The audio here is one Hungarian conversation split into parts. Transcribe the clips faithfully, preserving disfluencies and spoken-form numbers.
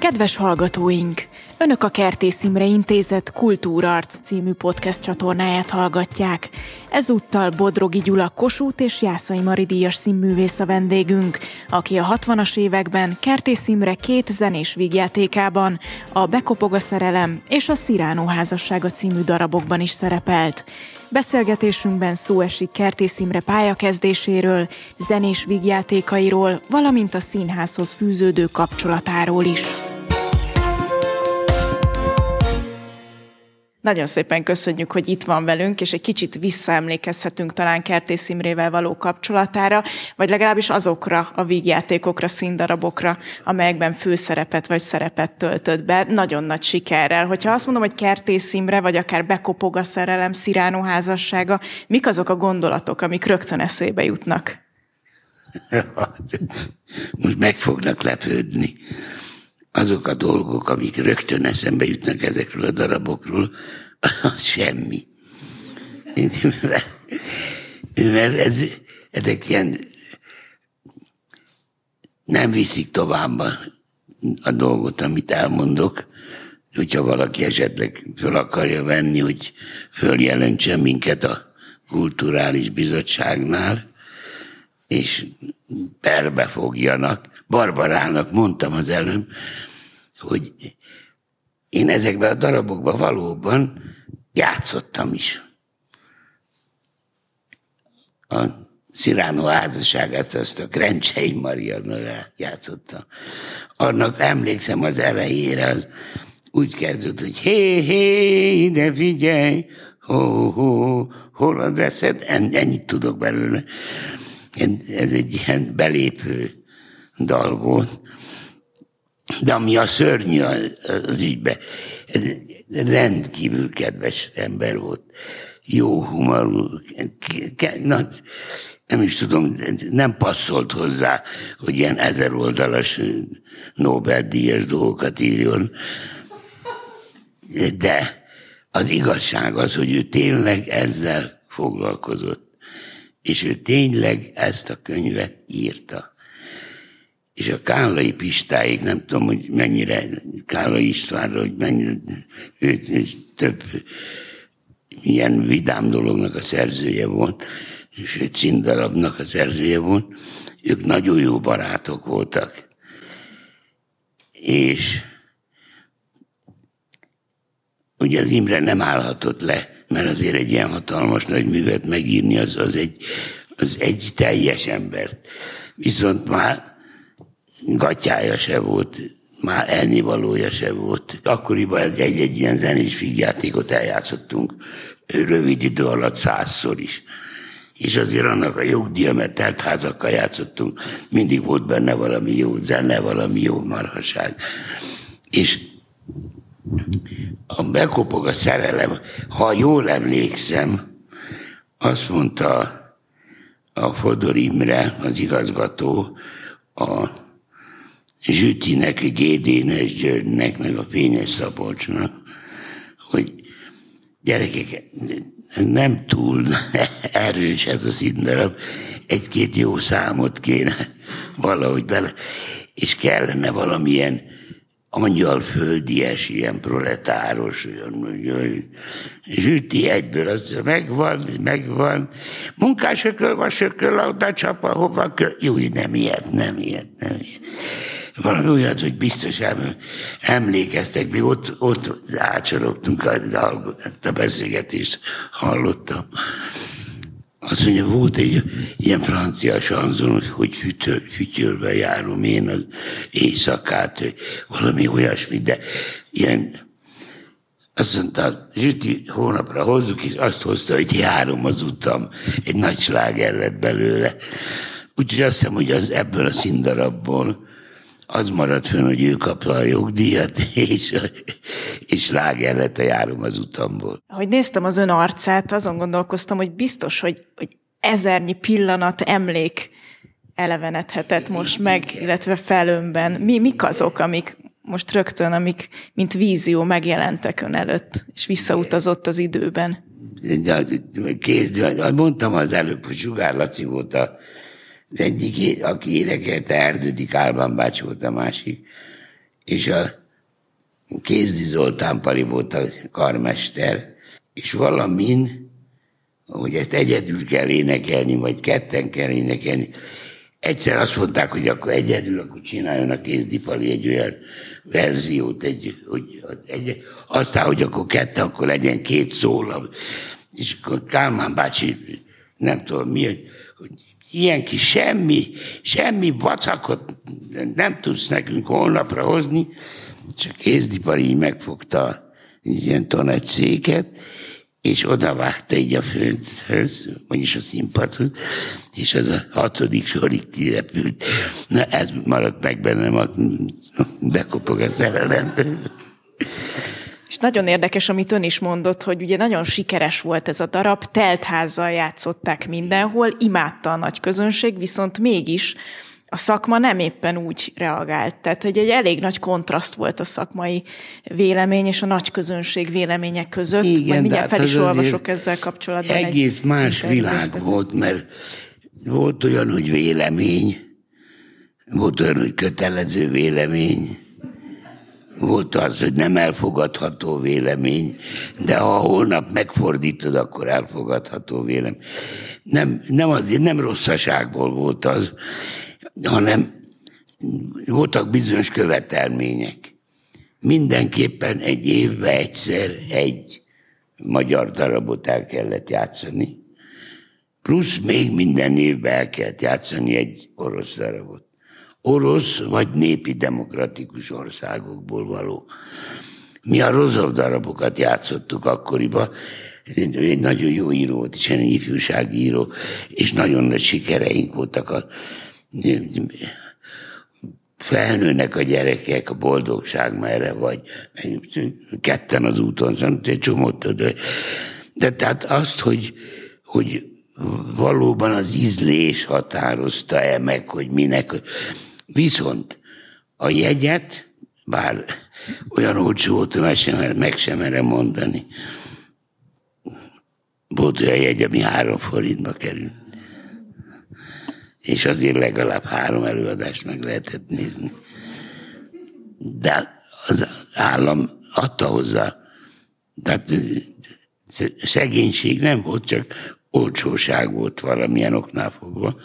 Kedves hallgatóink! Önök a Kertész Imre Intézet Kultúrarc című podcast csatornáját hallgatják. Ezúttal Bodrogi Gyula Kossuth és Jászai Mari díjas színművész a vendégünk, aki a hatvanas években Kertész Imre két zenés vígjátékában, a Bekopog a szerelem és a Cyrano házassága című darabokban is szerepelt. Beszélgetésünkben szó esik Kertész Imre pályakezdéséről, zenés vígjátékairól, valamint a színházhoz fűződő kapcsolatáról is. Nagyon szépen köszönjük, hogy itt van velünk, és egy kicsit visszaemlékezhetünk talán Kertész Imrével való kapcsolatára, vagy legalábbis azokra a vígjátékokra, színdarabokra, amelyekben főszerepet vagy szerepet töltött be, nagyon nagy sikerrel. Hogyha azt mondom, hogy Kertész Imre, vagy akár Bekopog a szerelem, Cyrano házassága, mik azok a gondolatok, amik rögtön eszébe jutnak? Most meg fognak lepődni. Azok a dolgok, amik rögtön eszembe jutnak ezekről a darabokról, az semmi. Mert ez, ezek ilyen nem viszik tovább a, a dolgot, amit elmondok. Hogyha valaki esetleg föl akarja venni, hogy följelentsen minket a Kulturális Bizottságnál, és perbe fogjanak. Barbarának mondtam az előbb, hogy én ezekben a darabokban valóban játszottam is. A Cyrano házasságát, azt a Krencsei Mariannal játszottam. Annak emlékszem az elejére, az úgy kezdődött, hogy hé, hé, ide figyelj, hó, hó, hol az eszed? Ennyit tudok belőle. Ez egy ilyen belépő dal volt. De ami a szörnyű az ügyben, ez rendkívül kedves ember volt. Jó humorú. Nem is tudom, nem passzolt hozzá, hogy ilyen ezer oldalas Nobel-díjas dolgokat írjon. De az igazság az, hogy ő tényleg ezzel foglalkozott. És ő tényleg ezt a könyvet írta. És a Kállai Pistáig, nem tudom, hogy mennyire, Kállai Istvánra, hogy mennyire, ő több ilyen vidám dolognak a szerzője volt, és ő színdarabnak a szerzője volt. Ők nagyon jó barátok voltak. És ugye az Imre nem állhatott le, mert azért egy ilyen hatalmas nagy művet megírni, az, az, egy, az egy teljes embert. Viszont már gatyája se volt, már ennivalója se volt. Akkoriban egy-egy ilyen zenés vígjátékot eljátszottunk rövid idő alatt százszor is. És azért annak a jogdíja, mert telt házakkal játszottunk, mindig volt benne valami jó zene, valami jó marhaság. És a Bekopog a szerelem, ha jól emlékszem, azt mondta a Fodor Imre, az igazgató, a Zsütinek, Gédénes Györgynek, meg a Fényes Szabolcsnak, hogy gyerekek, nem túl erős ez a színdarab, egy-két jó számot kéne valahogy bele, és kellene valamilyen angyalföldies, ilyen proletáros, olyan, Zsüti egyből, az megvan, megvan, munkásököl, vasököl, oda csap, ahova kö... Jó, nem ilyet, nem ilyet, nem ilyet. Valami olyat, hogy biztosan emlékeztek, mi ott, ott átsorogtunk, ezt a beszélgetést hallottam. Azt mondja, volt egy ilyen francia sanzon, hogy fütyöl, fütyölve járom én az éjszakát, valami olyasmi, de ilyen, azt mondta, Zsüti, hónapra hozzuk, és azt hozta, hogy járom az utam, egy nagy sláger lett belőle. Úgyhogy azt hiszem, hogy az ebből a színdarabból az maradt fönn, hogy ő kapta a jogdíjat, és, és sláger lett a járom az utamból. Ahogy néztem az ön arcát, azon gondolkoztam, hogy biztos, hogy, hogy ezernyi pillanat, emlék elevenedhetett most meg, illetve fel önben. Mi, mik azok, amik most rögtön, amik mint vízió megjelentek ön előtt, és visszautazott az időben? Kész, mondtam az előbb, hogy Sugár Laci volt a az egyik, aki énekelte, Erdődi Kálmán bácsi volt a másik. és a Kézdi Zoltán Pali volt a karmester, és valamin, hogy ezt egyedül kell énekelni, vagy ketten kell énekelni, egyszer azt mondták, hogy akkor egyedül, akkor csináljon a Kézdi Pali egy olyan verziót, egy, hogy egy, aztán, hogy akkor kette, akkor legyen két szól. És akkor Kálmán bácsi, nem tudom mi, hogy, hogy ilyen kis semmi, semmi vacakot nem tudsz nekünk holnapra hozni, csak Kézdi Pali így megfogta ilyen tonett széket, és odavágta így a földhöz, vagyis a színpadhoz, és az a hatodik sorig kirepült. Na, ez maradt meg bennem, a, bekopog a szerelem. És nagyon érdekes, amit ön is mondott, hogy ugye nagyon sikeres volt ez a darab, teltházzal játszották mindenhol, imádta a nagy közönség, viszont mégis a szakma nem éppen úgy reagált. Tehát, hogy egy elég nagy kontraszt volt a szakmai vélemény és a nagy közönség vélemények között. Igen, majd mindjárt fel is olvasok ezzel kapcsolatban. Egész más világ volt, mert volt olyan, hogy vélemény, volt olyan, hogy kötelező vélemény, volt az, hogy nem elfogadható vélemény, de ha holnap megfordítod, akkor elfogadható vélemény. Nem, nem azért, nem rosszaságból volt az, hanem voltak bizonyos követelmények. Mindenképpen egy évben egyszer egy magyar darabot el kellett játszani, plusz még minden évben el kellett játszani egy orosz darabot. Orosz vagy népi demokratikus országokból való. Mi a Rozov darabokat játszottuk akkoriban, egy nagyon jó író volt, és egy ifjúsági író, és nagyon nagy sikereink voltak a felnőnek a gyerekek, a boldogság merre vagy, ketten az úton, szóval egy csomót, de tehát azt, hogy, hogy valóban az ízlés határozta-e meg, hogy minek. Viszont a jegyet, bár olyan olcsó volt, hogy sem, meg sem merem mondani, volt olyan jegy, ami három forintba került. És azért legalább három előadást meg lehetett nézni. De az állam adta hozzá. Tehát szegénység nem volt, csak olcsóság volt valamilyen oknál fogva.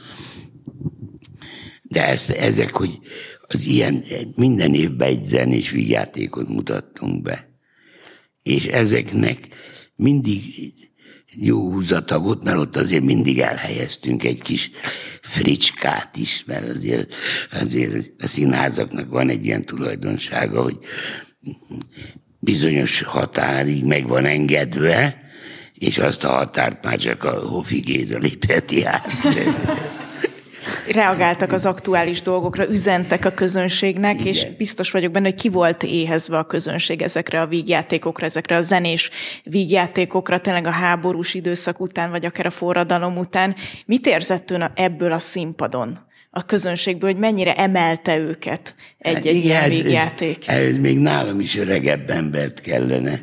De ez, ezek, hogy az ilyen minden évben egy zenés vígjátékot mutattunk be. És ezeknek mindig jó húzata volt, mert ott azért mindig elhelyeztünk egy kis fricskát is, mert azért, azért a színházaknak van egy ilyen tulajdonsága, hogy bizonyos határig meg van engedve, és azt a határt már csak a hofigédre lépheti át. Reagáltak az aktuális dolgokra, üzentek a közönségnek, igen. És biztos vagyok benne, hogy ki volt éhezve a közönség ezekre a vígjátékokra, ezekre a zenés vígjátékokra, tényleg a háborús időszak után, vagy akár a forradalom után. Mit érzett ön ebből a színpadon, a közönségből, hogy mennyire emelte őket egy-egy hát, ilyen ez, vígjáték? Ez, ez még nálam is öregebb embert kellene.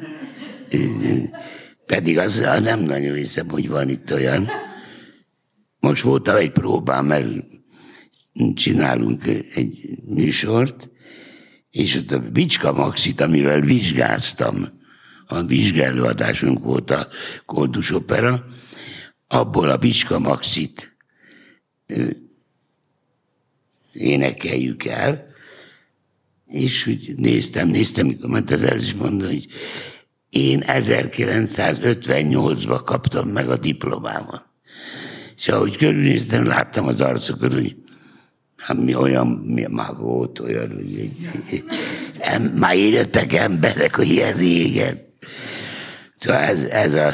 Pedig az, az nem nagyon hiszem, hogy van itt olyan. Most voltam egy próbám, mert csinálunk egy műsort, és ott a Bicska Maxit, amivel vizsgáztam, a vizsgálóadásunk volt a Koldus Opera, abból a Bicska Maxit énekeljük el, és úgy néztem, néztem, mikor ment az el is mondani, hogy én ezerkilencszázötvennyolcban kaptam meg a diplomámat. És ahogy körülnéztem, láttam az arcokat, hogy hát mi olyan, mi már volt olyan, hogy em, már éltek emberek, hogy ilyen régen. Szóval ez, ez a...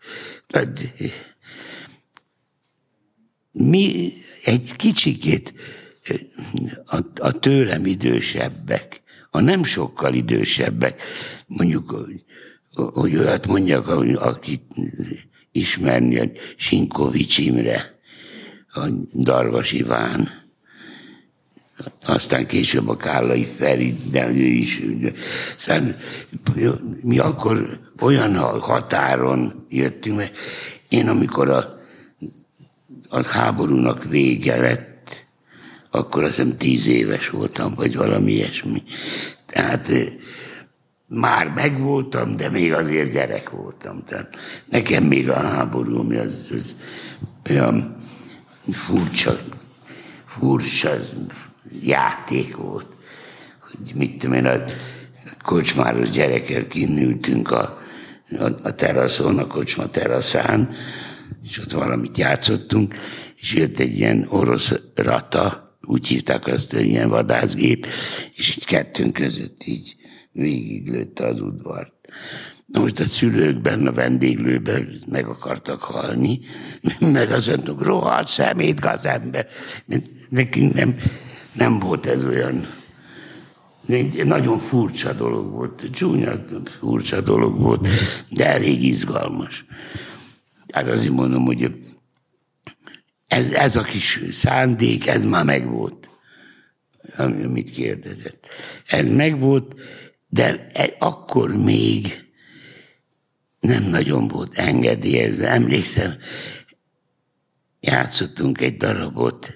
Mi egy kicsikét a, a tőlem idősebbek, a nem sokkal idősebbek, mondjuk, hogy, hogy olyat mondjak, akit ismerni, a Sinkovics Imre, a Darvas Iván, aztán később a Kállai Feri, de ő is. Szóval mi akkor olyan határon jöttünk, mert én amikor a, a háborúnak vége lett, akkor azt hiszem tíz éves voltam, vagy valami ilyesmi. Tehát már megvoltam, de még azért gyerek voltam. Tehát nekem még a háború, ami az, az olyan furcsa, furcsa játék volt. Hogy mit tudom én, a kocsmáros gyerekkel kinültünk a, a, a teraszon, a kocsma teraszán, és ott valamit játszottunk, és jött egy ilyen orosz rata, úgy hívták azt, hogy ilyen vadászgép, és így kettőnk között így végiglőtte az udvart. Na most a szülőkben, a vendéglőben meg akartak halni, meg azt mondtuk, rohadt szemét gazember. Nekünk nem, nem volt ez olyan, egy nagyon furcsa dolog volt, csúnya, furcsa dolog volt, de elég izgalmas. Hát azért mondom, hogy ez, ez a kis szándék, ez már megvolt, amit kérdezett. Ez megvolt, de akkor még nem nagyon volt engedélyezve. Emlékszem, játszottunk egy darabot,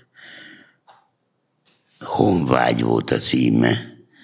Honvágy volt a címe,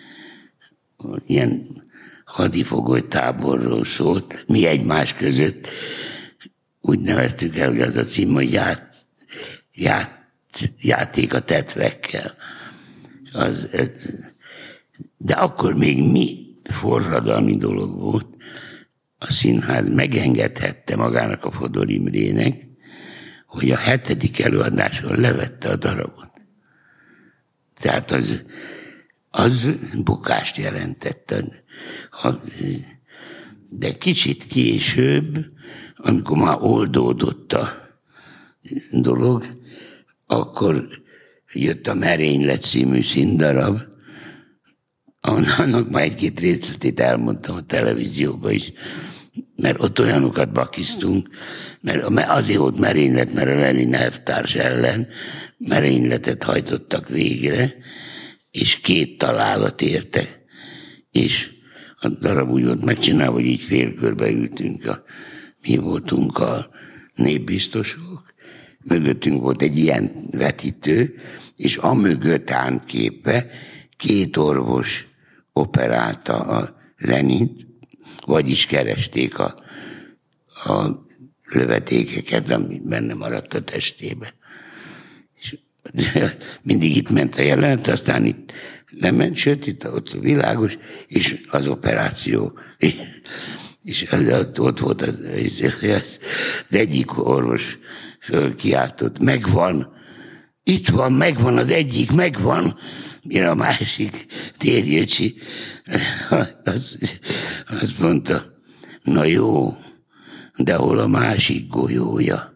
ilyen hadifogoly táborról szólt, mi egymás között úgy neveztük el, hogy az a cím, hogy ját, ját, játék a tetvekkel. Az, de akkor még mi forradalmi dolog volt. A színház megengedhette magának a Fodor Imrének, hogy a hetedik előadáson levette a darabot. Tehát az, az bukást jelentett. De kicsit később, amikor már oldódott a dolog, akkor jött a Merénylet című színdarab, annak már egy-két részletét elmondtam a televízióban is, mert ott olyanokat bakiztunk, mert azért volt merénylet, mert a Lenin elvtárs ellen merényletet hajtottak végre, és két találat értek, és a darab úgy volt megcsinálva, hogy így félkörbe ültünk, a, mi voltunk a népbiztosok, mögöttünk volt egy ilyen vetítő, és a mögött képe két orvos operálta a Lenint, vagyis keresték a, a lövetékeket, ami benne maradt a testébe. És mindig itt ment a jelenet, aztán itt lement, sőt, itt ott a világos, és az operáció. És ott volt az, az, az egyik orvos fölkiáltott, megvan, itt van, megvan az egyik, megvan, mire a másik térjöcsi, azt az mondta, na jó, de hol a másik golyója?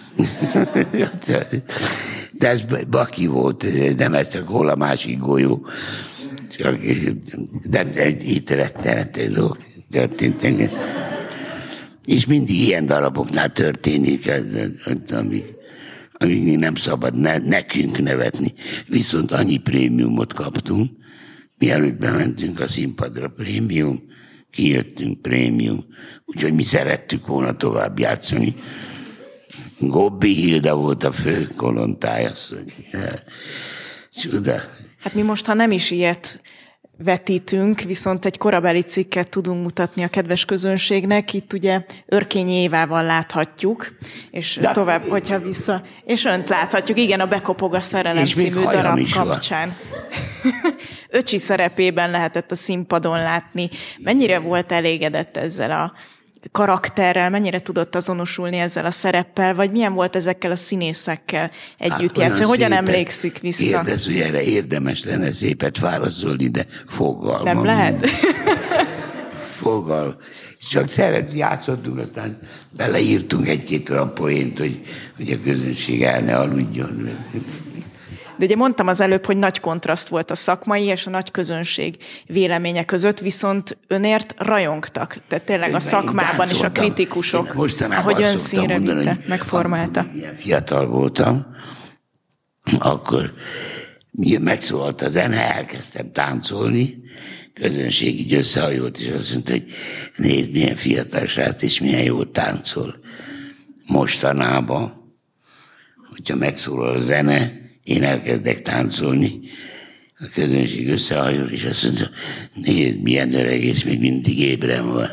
De ez baki volt, nem ez csak hol a másik golyó. Csak, de itt rettenetes dolgok történtek. És mindig ilyen daraboknál történik, amik, amik nem szabad ne, nekünk nevetni. Viszont annyi prémiumot kaptunk, mielőtt bementünk a színpadra, prémium, kijöttünk, prémium, úgyhogy mi szerettük volna tovább játszani. Gobbi Hilda volt a fő kolontájasszony. Csuda. Hát mi most, ha nem is ilyet vetítünk, viszont egy korabeli cikket tudunk mutatni a kedves közönségnek. Itt ugye Örkényi Évával láthatjuk, és de tovább, hogyha vissza, és önt láthatjuk, igen, a Bekopog a szerelem című darab kapcsán. Öcsi szerepében lehetett a színpadon látni. Mennyire volt elégedett ezzel a karakterrel, mennyire tudott azonosulni ezzel a szereppel, vagy milyen volt ezekkel a színészekkel együtt hát, játszani? Hogyan szépet, emlékszik vissza? Kérdező, erre érdemes lenne szépet válaszolni, de fogalmam. Nem lehet? Fogal. Csak szeret játszottunk, aztán beleírtunk egy-két olyan poént, hogy, hogy a közönség el ne aludjon. De ugye mondtam az előbb, hogy nagy kontraszt volt a szakmai és a nagy közönség véleménye között, viszont önért rajongtak. Tehát tényleg a szakmában is a kritikusok, ahogy ön színre vitte, megformálta. Ilyen fiatal voltam, akkor megszólalt a zene, elkezdtem táncolni, közönség így összehajolt, és azt mondta, hogy nézd, milyen fiatal srác, és milyen jól táncol. Mostanában, hogyha megszólal a zene, én elkezdek táncolni, A közönség összehajol, és azt mondja, nézd, milyen öreg, és még mindig ébren van.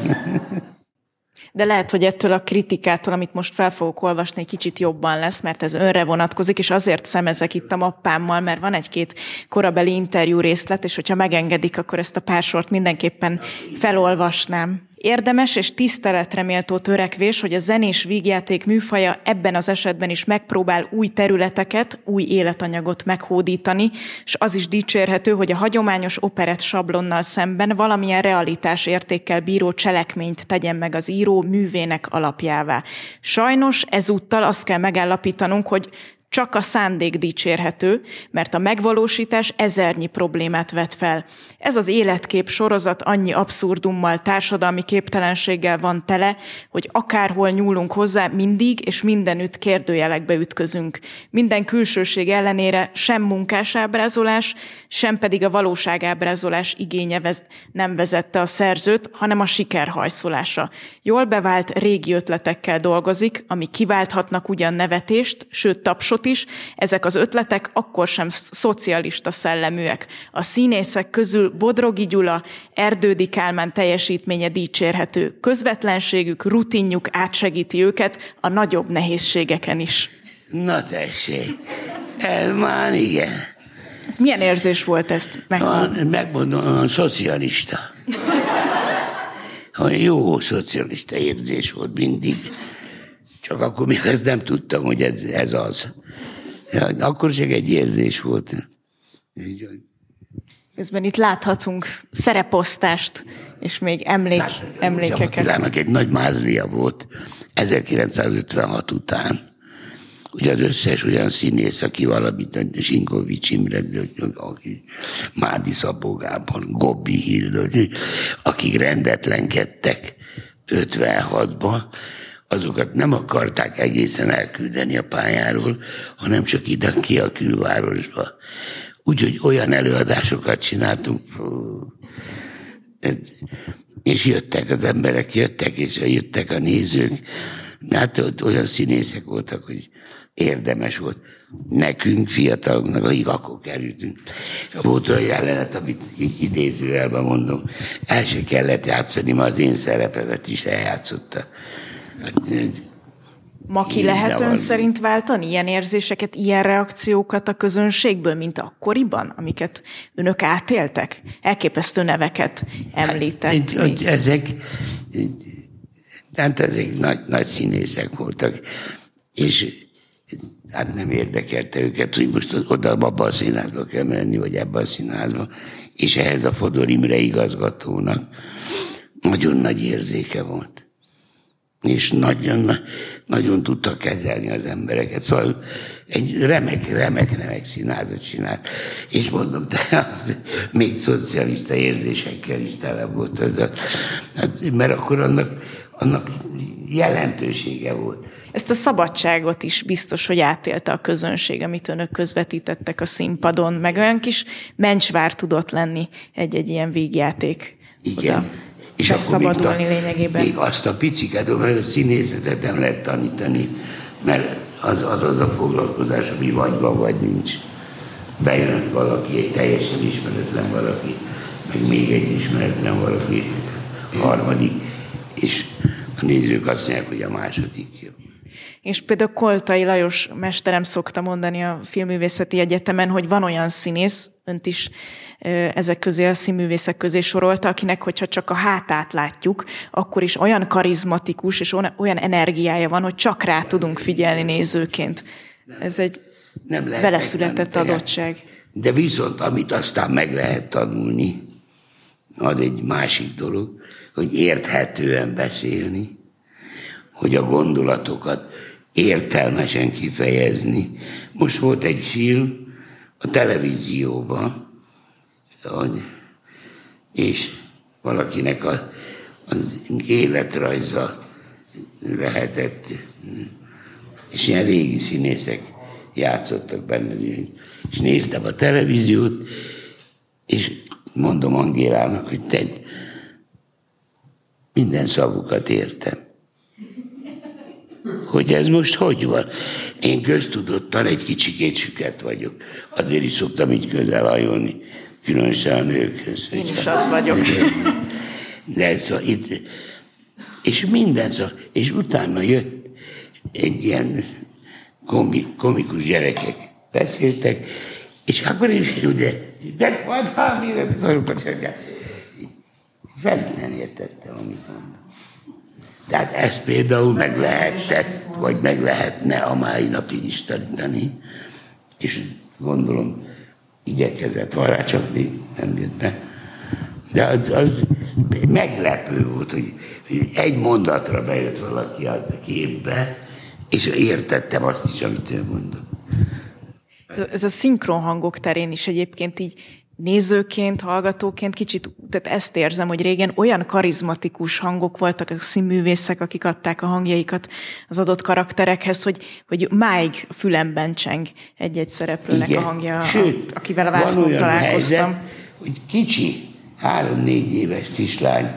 De lehet, hogy ettől a kritikától, amit most fel fogok olvasni, egy kicsit jobban lesz, mert ez önre vonatkozik, és azért szemezek itt a mappámmal, mert van egy-két korabeli interjú részlet, és hogyha megengedik, akkor ezt a pár sort mindenképpen felolvasnám. Érdemes és tiszteletre méltó törekvés, hogy a zenés vígjáték műfaja ebben az esetben is megpróbál új területeket, új életanyagot meghódítani, és az is dicsérhető, hogy a hagyományos operett sablonnal szemben valamilyen realitás értékkel bíró cselekményt tegyen meg az író művének alapjává. Sajnos ezúttal azt kell megállapítanunk, hogy csak a szándék dicsérhető, mert a megvalósítás ezernyi problémát vet fel. Ez az életkép sorozat annyi abszurdummal, társadalmi képtelenséggel van tele, hogy akárhol nyúlunk hozzá, mindig és mindenütt kérdőjelekbe ütközünk. Minden külsőség ellenére sem munkásábrázolás, sem pedig a valóságábrázolás igénye vez- nem vezette a szerzőt, hanem a siker hajszolása. Jól bevált régi ötletekkel dolgozik, ami kiválthatnak ugyan nevetést, sőt tapsot is, ezek az ötletek akkor sem szocialista szelleműek. A színészek közül Bodrogi Gyula, Erdődy Kálmán teljesítménye dicsérhető. Közvetlenségük, rutinjuk átsegíti őket a nagyobb nehézségeken is. Na tessék, ez már igen. Ez milyen érzés volt ezt megmondani? Megmondom, a szocialista. A jó szocialista érzés volt mindig. Csak akkor még ezt nem tudtam, hogy ez, ez az. Akkor csak egy érzés volt. Közben itt láthatunk szereposztást, és még emlék, hát, emlékeket. Attilának egy nagy mázlia volt ezerkilencszázötvenhat után. Ugye az összes olyan színész, aki valamit, Sinkovics Imre, aki Mádi Szabó Gábor, Gobbi Hill, akik rendetlenkedtek ötvenhatban, azokat nem akarták egészen elküldeni a pályáról, hanem csak ide ki a külvárosba. Úgyhogy olyan előadásokat csináltunk, és jöttek az emberek, jöttek, és jöttek a nézők. Hát ott olyan színészek voltak, hogy érdemes volt. Nekünk, fiataloknak, akik akkor kerültünk. Volt olyan jelenet, amit idézőjelben mondom, el se kellett játszani, ma az én szerepemet is eljátszotta. Ma ki lehet ön szerint váltani ilyen érzéseket, ilyen reakciókat a közönségből, mint akkoriban, amiket önök átéltek? Elképesztő neveket említett. Hát, ezek, hát ezek nagy, nagy színészek voltak, és hát nem érdekelte őket, hogy most oda abba a színházba kell menni, vagy ebbe a színházba, és ehhez a Fodor Imre igazgatónak nagyon nagy érzéke volt. És nagyon, nagyon tudta kezelni az embereket. Szóval egy remek, remek, remek színházat csinált. És mondom, de az még szocialista érzésekkel is tele volt. Az a, hát, mert akkor annak, annak jelentősége volt. Ezt a szabadságot is biztos, hogy átélte a közönség, amit önök közvetítettek a színpadon, meg olyan kis mencsvár tudott lenni egy-egy ilyen vígjáték. Igen. Oda. És szabadulni még, lényegében. Még azt a piciket, a színészetet nem lehet tanítani, mert az az, az a foglalkozás, ami vagy van, vagy nincs. Bejön valaki, egy teljesen ismeretlen valaki, meg még egy ismeretlen valaki, a harmadik, és a nézők azt mondják, hogy a második jó. És például Koltai Lajos mesterem szokta mondani a Filmművészeti Egyetemen, hogy van olyan színész, önt is ezek közé a színművészek közé sorolta, akinek, hogyha csak a hátát látjuk, akkor is olyan karizmatikus és olyan energiája van, hogy csak rá tudunk figyelni nézőként. Ez egy beleszületett adottság. De viszont, amit aztán meg lehet tanulni, az egy másik dolog, hogy érthetően beszélni, hogy a gondolatokat értelmesen kifejezni. Most volt egy film a televízióban, és valakinek a, az életrajza lehetett, és ilyen régi színészek játszottak benne, és néztem a televíziót, és mondom Angélának, hogy te minden szavukat értem. hogy ez most hogy van. Én köztudottan egy kicsikét süket vagyok. Azért is szoktam így közel hajolni, különösen a nőkhöz. Én is az vagyok. De szóval itt, és minden szó, és utána jött egy ilyen komikus gyerekek beszéltek, és akkor is ugye, de majd valamire, fel nem értettem, amit mondom. Tehát ezt például meg lehetett, vagy meg lehetne a mai napig is tanítani, és gondolom igyekezett arra, csak még nem jött be. De az, az meglepő volt, hogy egy mondatra bejött valaki a képbe, és értettem azt is, amit ő mondott. Ez, ez a szinkronhangok terén is egyébként így nézőként, hallgatóként kicsit, tehát ezt érzem, hogy régen olyan karizmatikus hangok voltak a színművészek, akik adták a hangjaikat az adott karakterekhez, hogy, hogy máig fülemben cseng egy-egy szereplőnek igen. a hangja, sőt, akivel a vásznon találkoztam. Helyzet, hogy kicsi, három-négy éves kislány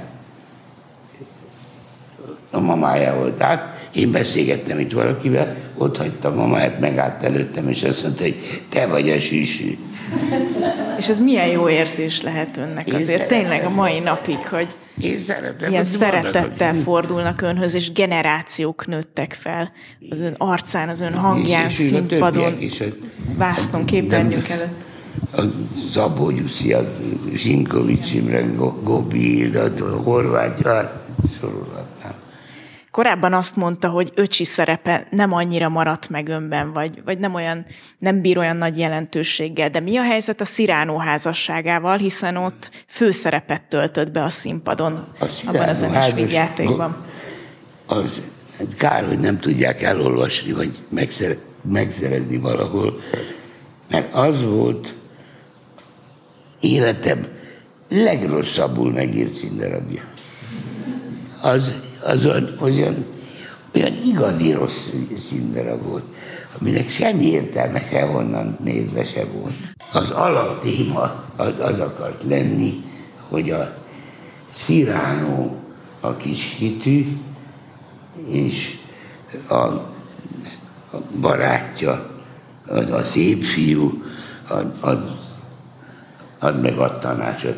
a mamája volt át, én beszélgettem itt valakivel, ott hagytam a mamáját, megállt előttem, és azt mondta, hogy te vagy a sűsű. És ez milyen jó érzés lehet önnek én azért szeretem. Tényleg a mai napig, hogy ilyen szeretettel fordulnak önhöz, és generációk nőttek fel az ön arcán, az ön hangján, és, és színpadon, vásznon, képernyők előtt. A Zabó Gyuszi, a Zsinkovics Imre, Gobi, a Horváth, sorolhatnám. Korábban azt mondta, hogy öcsi szerepe nem annyira maradt meg önben, vagy, vagy nem, olyan, nem bír olyan nagy jelentőséggel. De mi a helyzet a Cyrano házasságával, hiszen ott főszerepet töltött be a színpadon, a abban a zenés vígjátékban? Az, hát kár, hogy nem tudják elolvasni, vagy megszere, megszerezni valahol, mert az volt életem legrosszabbul megírt színdarabja. Az, az olyan, olyan, olyan igazi rossz színdarab volt, aminek semmi értelme se onnan nézve se volt. Az alaptéma az, az akart lenni, hogy a Cyrano a kis hitű, és a, a barátja, az a szép fiú, ad, ad, ad meg a tanácsot.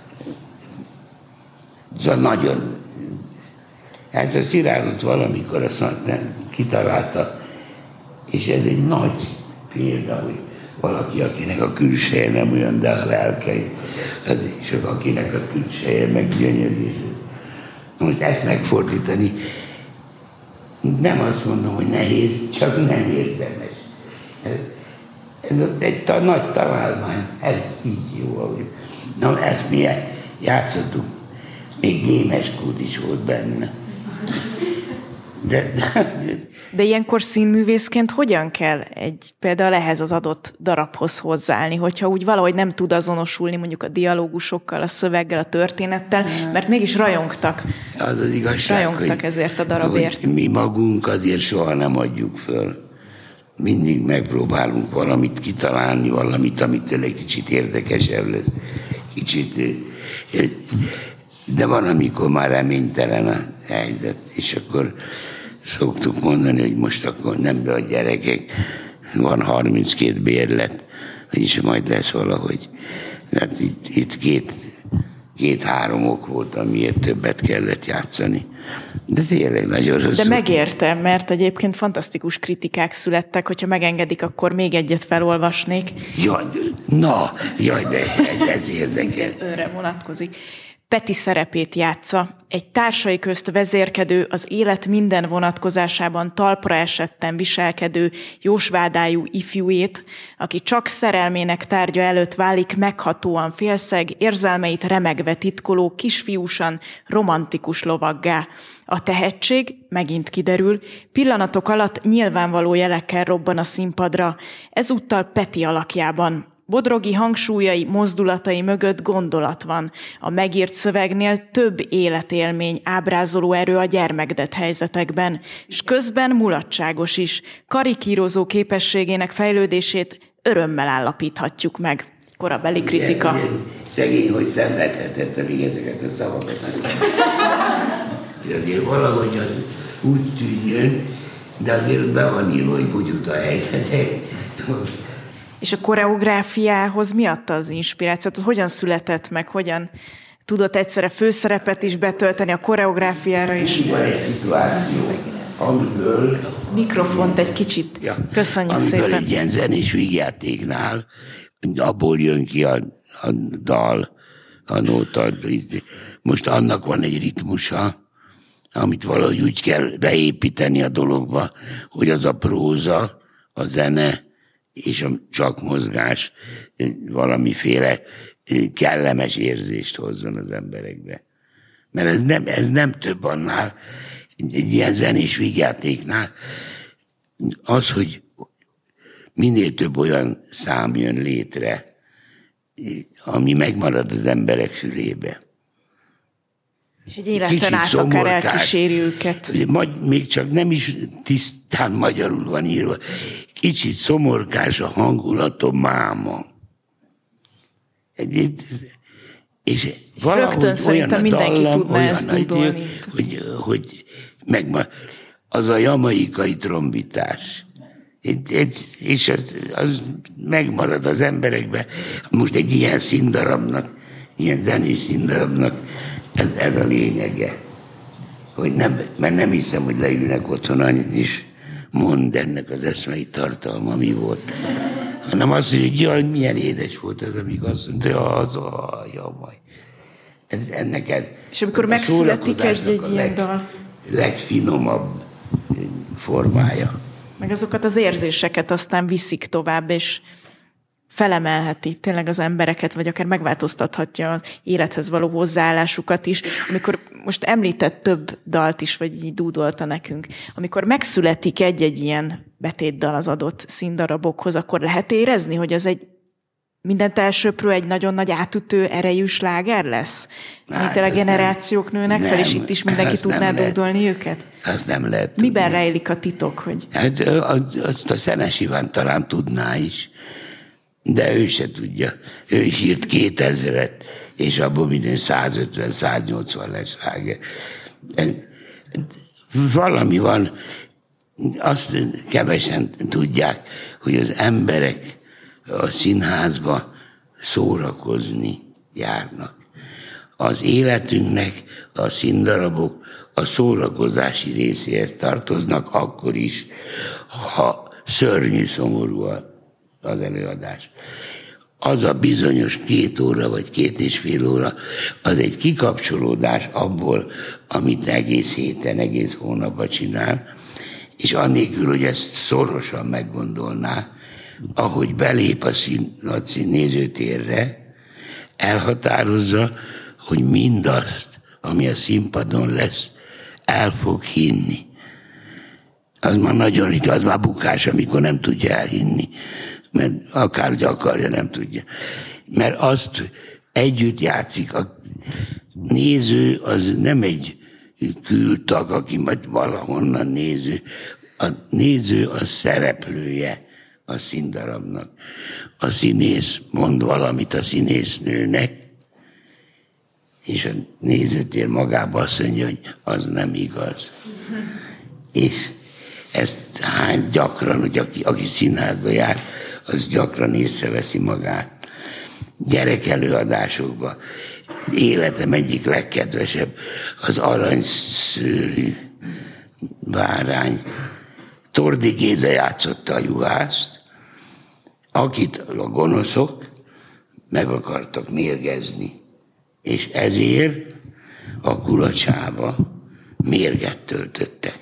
Ez nagyon... Ez a Cyránót valamikor azt mondta, kitalálta, és ez egy nagy példa, hogy valaki, akinek a külseje nem olyan, de a lelke, az is akinek a külseje meg gyönyörű. Most ezt megfordítani, nem azt mondom, hogy nehéz, csak nem érdemes. Ez egy ta, nagy találmány, ez így jó, ahogy. Na, ezt mi játszottuk, még Gémes Kút is volt benne. De, de, de. de ilyenkor színművészként hogyan kell egy, például ehhez az adott darabhoz hozzáállni, hogyha úgy valahogy nem tud azonosulni mondjuk a dialógusokkal, a szöveggel, a történettel, mert mégis rajongtak. Az az igazság, rajongtak hogy, ezért a darabért. Hogy mi magunk azért soha nem adjuk föl. Mindig megpróbálunk valamit kitalálni, valamit, amitől egy kicsit érdekesebb lesz. Kicsit... De van, amikor már reménytelen a helyzet, és akkor szoktuk mondani, hogy most akkor nem be a gyerekek, van harminckét bérlet, és majd lesz valahogy. Hát itt, itt két, két-három ok volt, amiért többet kellett játszani. De tényleg nagyon rossz. De megértem, mert egyébként fantasztikus kritikák születtek, hogyha megengedik, akkor még egyet felolvasnék. Jaj, na, jaj, de ez érdekel. Szintén önre vonatkozik. Peti szerepét játsza. Egy társai közt vezérkedő, az élet minden vonatkozásában talpra esetten viselkedő, jósvádájú ifjúét, aki csak szerelmének tárgya előtt válik meghatóan félszeg, érzelmeit remegve titkoló, kisfiúsan, romantikus lovaggá. A tehetség, megint kiderül, pillanatok alatt nyilvánvaló jelekkel robban a színpadra, ezúttal Peti alakjában. Bodrogi hangsúlyai, mozdulatai mögött gondolat van. A megírt szövegnél több életélmény, ábrázoló erő a gyermekdet helyzetekben, és közben mulatságos is. Karikírozó képességének fejlődését örömmel állapíthatjuk meg. Korabeli kritika. Ilyen, ilyen szegény, hogy szenvedhetette még ezeket a szavakat. Azért valahogy az úgy tűnjön, De azért be van írva, hogy bugyuta helyzetek. És a koreográfiához mi adta az inspirációt? Hogyan született meg? Hogyan tudott egyszerre főszerepet is betölteni a koreográfiára is? Van egy szituáció, amiből... Mikrofont egy kicsit. Ja, köszönjük amiből szépen. Amiből egy ilyen zenés vígjátéknál, abból jön ki a, a dal, a nóta. Most annak van egy ritmusa, amit valahogy úgy kell beépíteni a dologba, hogy az a próza, a zene és a csak mozgás valamiféle kellemes érzést hozzon az emberekbe. Mert ez nem, ez nem több annál, egy ilyen zenés vígjátéknál, az, hogy minél több olyan szám jön létre, ami megmarad az emberek fülébe. És egy életen kicsit át akár elkíséri őket. Még csak nem is tisztán magyarul van írva. Kicsit szomorkás a hangulatom, máma. És rögtön szerintem mindenki dallam, tudna ezt tudolni. Hogy, hogy meg az a jamaikai trombitás. És az, az megmarad az emberekben. Most egy ilyen színdarabnak, ilyen zenés színdarabnak ez, ez a lényege. Hogy nem, mert nem hiszem, hogy leülnek otthon és mondd ennek az eszmei tartalma mi volt. Hanem azt mondja, hogy milyen édes volt az, amíg azt mondta, hogy az a jamaj. Ez, ennek ez, és amikor megszületik egy, egy ilyen leg, dal. legfinomabb formája. Meg azokat az érzéseket aztán viszik tovább, és felemelheti tényleg az embereket, vagy akár megváltoztathatja az élethez való hozzáállásukat is. Amikor most említett több dalt is, vagy így dúdolta nekünk, amikor megszületik egy-egy ilyen betétdal az adott színdarabokhoz, akkor lehet érezni, hogy az egy mindent elsöprő, egy nagyon nagy átütő, erejű sláger lesz? Hát tényleg generációk nem, nőnek nem, fel, és itt is mindenki tudná dúdolni őket? Azt nem lehet tudni. Miben rejlik a titok? Hogy... Hát azt a Szenes Iván talán tudná is, de ő se tudja. Ő is írt kétezret, és abból minden százötven-száznyolcvan lesz sláger. Valami van, azt kevesen tudják, hogy az emberek a színházba szórakozni járnak. Az életünknek a színdarabok a szórakozási részéhez tartoznak, akkor is, ha szörnyű, szomorú az előadás. Az a bizonyos két óra, vagy két és fél óra, az egy kikapcsolódás abból, amit egész héten, egész hónapban csinál, és annélkül, hogy ezt szorosan meggondolná, ahogy belép a, szín, a nézőtérre, elhatározza, hogy mindazt, ami a színpadon lesz, el fog hinni. Az már nagyon ritka, az már bukás, amikor nem tudja elhinni. Mert akárhogy akarja, nem tudja. Mert azt együtt játszik. A néző az nem egy kültag, aki majd valahonnan néző. A néző a szereplője a színdarabnak. A színész mond valamit a színésznőnek, és a nézőtér magában azt mondja, hogy az nem igaz. És ezt hány gyakran, hogy aki, aki színházba jár, az gyakran észreveszi magát. Gyerekelőadásokban életem egyik legkedvesebb az aranyszőrű bárány. Tordi Géza játszotta a juhászt, akit a gonoszok meg akartak mérgezni. És ezért a kulacsába mérget töltöttek.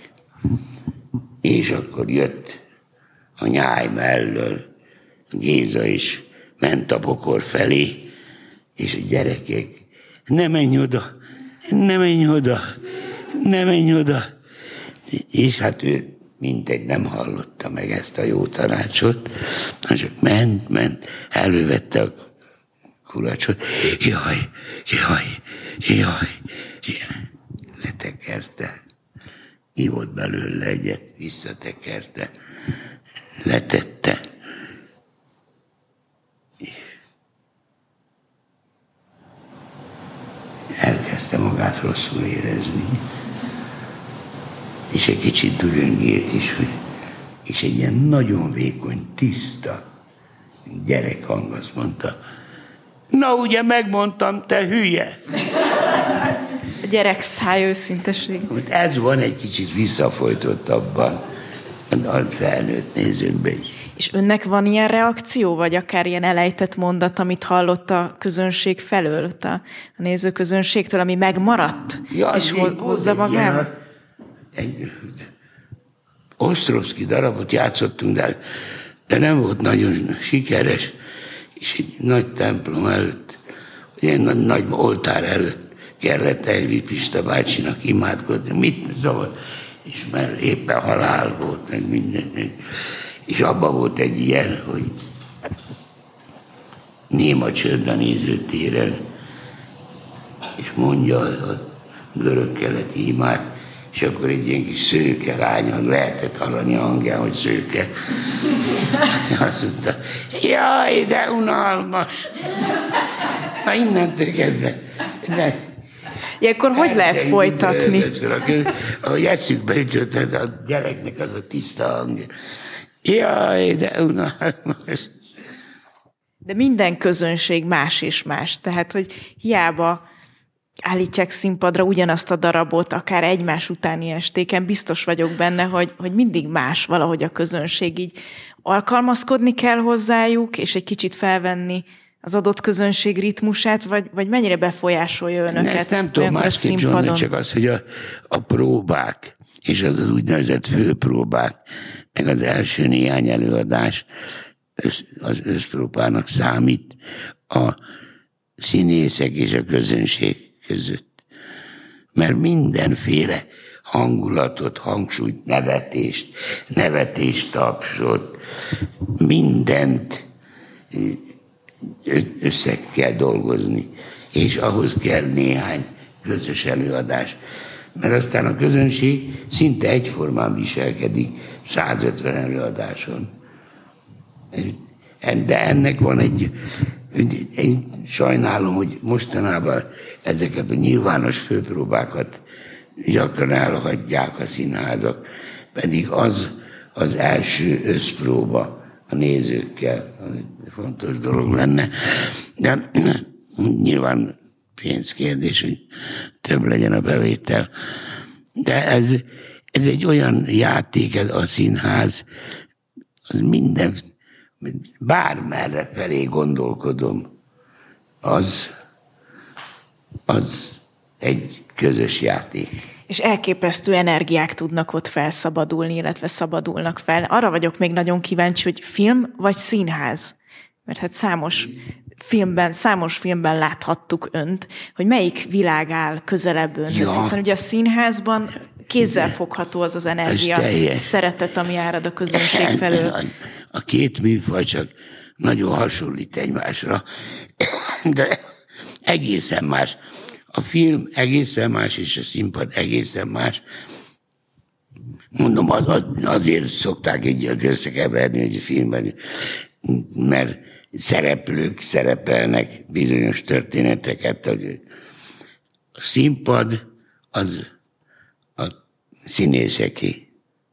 És akkor jött a nyáj mellől Géza is ment a bokor felé, és a gyerekek, ne menj oda, ne menj oda, ne menj oda. És hát ő mindegy nem hallotta meg ezt a jó tanácsot, csak ment, ment, elővette a kulacsot, jaj, jaj, jaj, jaj, letekerte. Ivott belőle egyet, visszatekerte, letette. Elkezdte magát rosszul érezni. és egy kicsit dülöngélt is, hogy, és egy ilyen nagyon vékony, tiszta gyerekhang azt mondta, na ugye megmondtam, te hülye! A gyerek száj őszinteség. Ez van egy kicsit visszafolytottabban a felnőtt nézőkben is. És önnek van ilyen reakció, vagy akár ilyen elejtett mondat, amit hallott a közönség felől, a, a nézőközönségtől, ami megmaradt, ja, és hozza magával? Egy Ostrovszky darabot játszottunk, de, de nem volt nagyon sikeres, és egy nagy templom előtt, egy nagy, nagy oltár előtt kellett Egri Pista bácsinak imádkozni. Mit zavar? És mert éppen halál volt, meg minden. És abban volt egy ilyen, hogy néma csönd a nézőtéren, és mondja a görög-keleti imát, és akkor egy ilyen kis szőke lányon lehetett hallani a hangján, hogy szőke. Azt mondta, jaj, de unalmas! Na innentől kezdve. De ilyenkor hogy lehet folytatni? Ahogy eszükbe jutott, a gyereknek az a tiszta hangja. Jaj, de unalmas. De minden közönség más és más. Tehát, hogy hiába állítják színpadra ugyanazt a darabot, akár egymás utáni estéken, biztos vagyok benne, hogy, hogy mindig más valahogy a közönség, így alkalmazkodni kell hozzájuk, és egy kicsit felvenni az adott közönség ritmusát, vagy, vagy mennyire befolyásolja önöket? Ezt nem tudom másképp mondani, csak az, hogy a, a próbák, és az az úgynevezett főpróbák, meg az első néhány előadás az összpróbának számít a színészek és a közönség között. Mert mindenféle hangulatot, hangsúlyt, nevetést, nevetést, tapsot, mindent össze kell dolgozni, és ahhoz kell néhány közös előadás. Mert aztán a közönség szinte egyformán viselkedik százötven előadáson. De ennek van egy, én sajnálom, hogy mostanában ezeket a nyilvános főpróbákat gyakran elhagyják a színházak, pedig az az első összpróba a nézőkkel, ami fontos dolog lenne. De nyilván pénzkérdés, hogy több legyen a bevétel. De ez, ez egy olyan játék, ez a színház, az minden, bármerre felé gondolkodom, az, az egy közös játék. És elképesztő energiák tudnak ott felszabadulni, illetve szabadulnak fel. Arra vagyok még nagyon kíváncsi, hogy film vagy színház? Mert hát számos filmben, számos filmben láthattuk önt, hogy melyik világ áll közelebb önhöz, ja. Hiszen ugye a színházban kézzelfogható az az energia, szeretet, ami árad a közönség felől. A két műfaj csak nagyon hasonlít egymásra, de egészen más. A film egészen más, és a színpad egészen más. Mondom, az, azért szokták egy összekeverni, hogy a filmben, mert szereplők szerepelnek bizonyos történeteket. A színpad az a színészeké.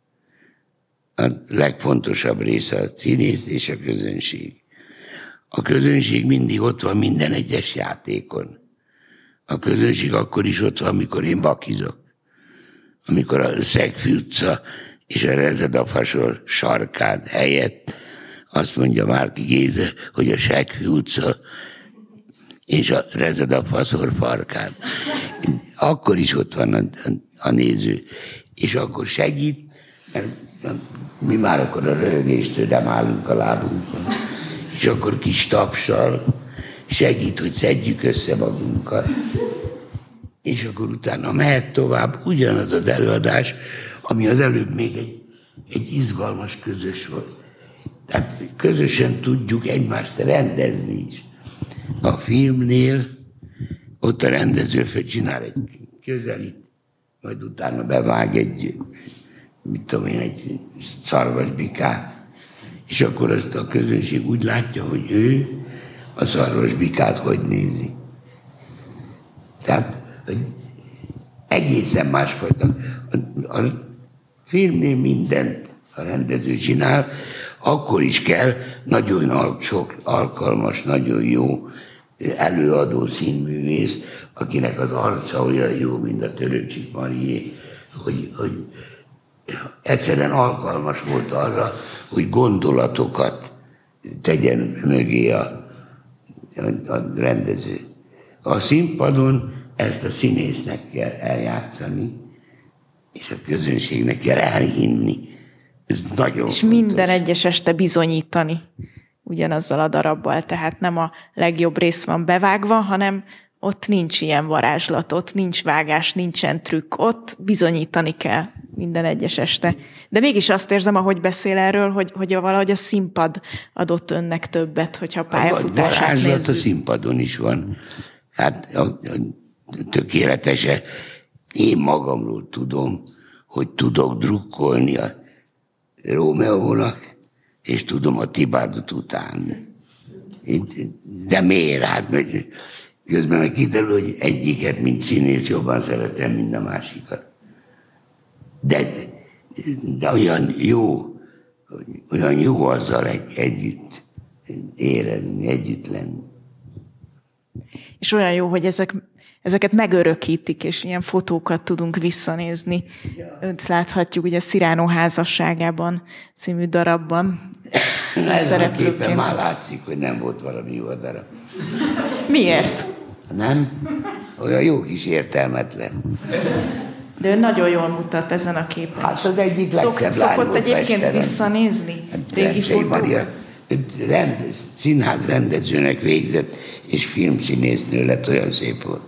A legfontosabb része a színész és a közönség. A közönség mindig ott van minden egyes játékon. A közönség akkor is ott van, amikor én bakizok. Amikor a Szegfű utca és a Rezedafasor sarkán helyett azt mondja Márki Géza, hogy a Szegfű utca és a Rezedafasor farkán. Akkor is ott van a, a, a néző. És akkor segít, mert mi már akkor a röhögéstől nem állunk a lábunkon. És akkor kis tapsal segít, hogy szedjük össze magunkat. És akkor utána mehet tovább ugyanaz az előadás, ami az előbb még egy, egy izgalmas közös volt. Tehát közösen tudjuk egymást rendezni is. A filmnél ott a rendező csinál egy közelít, majd utána bevág egy, mit tudom én, egy szarvasbikát, és akkor azt a közönség úgy látja, hogy ő a szarvasbikát hogy nézi. Tehát hogy egészen másfajta. A, a filmnél mindent a rendező csinál, akkor is kell nagyon sok alkalmas, nagyon jó előadó színművész, akinek az arca olyan jó, mint a Töröcsik Marié, hogy, hogy egyszerűen alkalmas volt arra, hogy gondolatokat tegyen mögé a, a rendező. A színpadon ezt a színésznek kell eljátszani, és a közönségnek kell elhinni. Ez nagyon És fontos. minden egyes este bizonyítani ugyanazzal a darabbal, tehát nem a legjobb rész van bevágva, hanem ott nincs ilyen varázslat, ott nincs vágás, nincsen trükk, ott bizonyítani kell minden egyes este. De mégis azt érzem, ahogy beszél erről, hogy, hogy valahogy a színpad adott önnek többet, hogyha a pályafutását nézzük. A varázslat a színpadon is van. Hát a, a tökéletese. Én magamról tudom, hogy tudok drukkolni a Rómeónak, és tudom a Tibádot utálni. De miért? Hát közben meg kiderül, hogy egyiket, mint színész jobban szeretem, mint a másikat. De, de olyan jó, olyan jó azzal egy, együtt érezni, együtt lenni. És olyan jó, hogy ezek, ezeket megörökítik, és ilyen fotókat tudunk visszanézni. Önt láthatjuk ugye Cyrano házasságában című darabban. Ezen a képen már látszik, hogy nem volt valami jó a darab. Miért? Nem? Olyan jó kis értelmetlen. De ön nagyon jól mutat ezen a képen. Hát az egyik Szok, legszebb Szokott lány volt egyébként Pesteren. visszanézni Hát régi fotókat? Rendez, színház rendezőnek végzett, és filmszínésznő lett, olyan szép volt.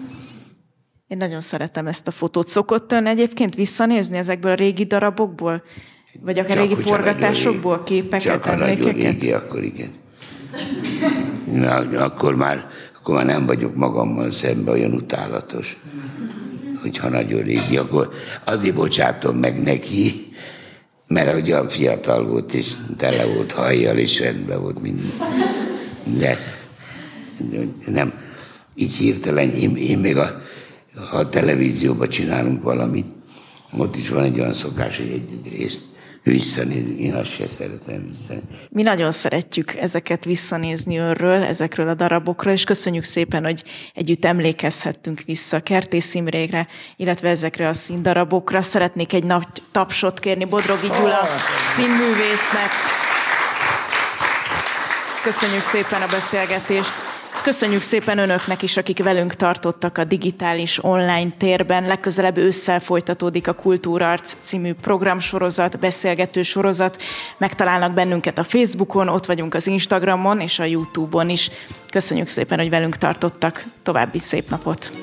Én nagyon szeretem ezt a fotót. Szokott ön egyébként visszanézni ezekből a régi darabokból? Vagy akár Csak, régi forgatásokból régi, képeket, csak emlékeket? Csak a nagyon régi, akkor igen. Na, akkor, már, akkor már nem vagyok magammal szemben olyan utálatos. Hogyha nagyon régi, akkor azért bocsátom meg neki, mert olyan fiatal volt, és tele volt hajjal, és rendben volt minden. De nem, így hirtelen, én, én még a, a televízióban csinálunk valamit, ott is van egy olyan szokás, hogy egy-egy részt visszanézni. Én azt se szeretem visszanézni. Mi nagyon szeretjük ezeket visszanézni önről, ezekről a darabokról, és köszönjük szépen, hogy együtt emlékezhettünk vissza Kertész Imrére, illetve ezekre a színdarabokra. Szeretnék egy nagy tapsot kérni Bodrogi Gyula színművésznek. Köszönjük szépen a beszélgetést. Köszönjük szépen önöknek is, akik velünk tartottak a digitális online térben. Legközelebb ősszel folytatódik a Kultúrarc című programsorozat, beszélgető sorozat. Megtalálnak bennünket a Facebookon, ott vagyunk az Instagramon és a YouTube-on is. Köszönjük szépen, hogy velünk tartottak. További szép napot!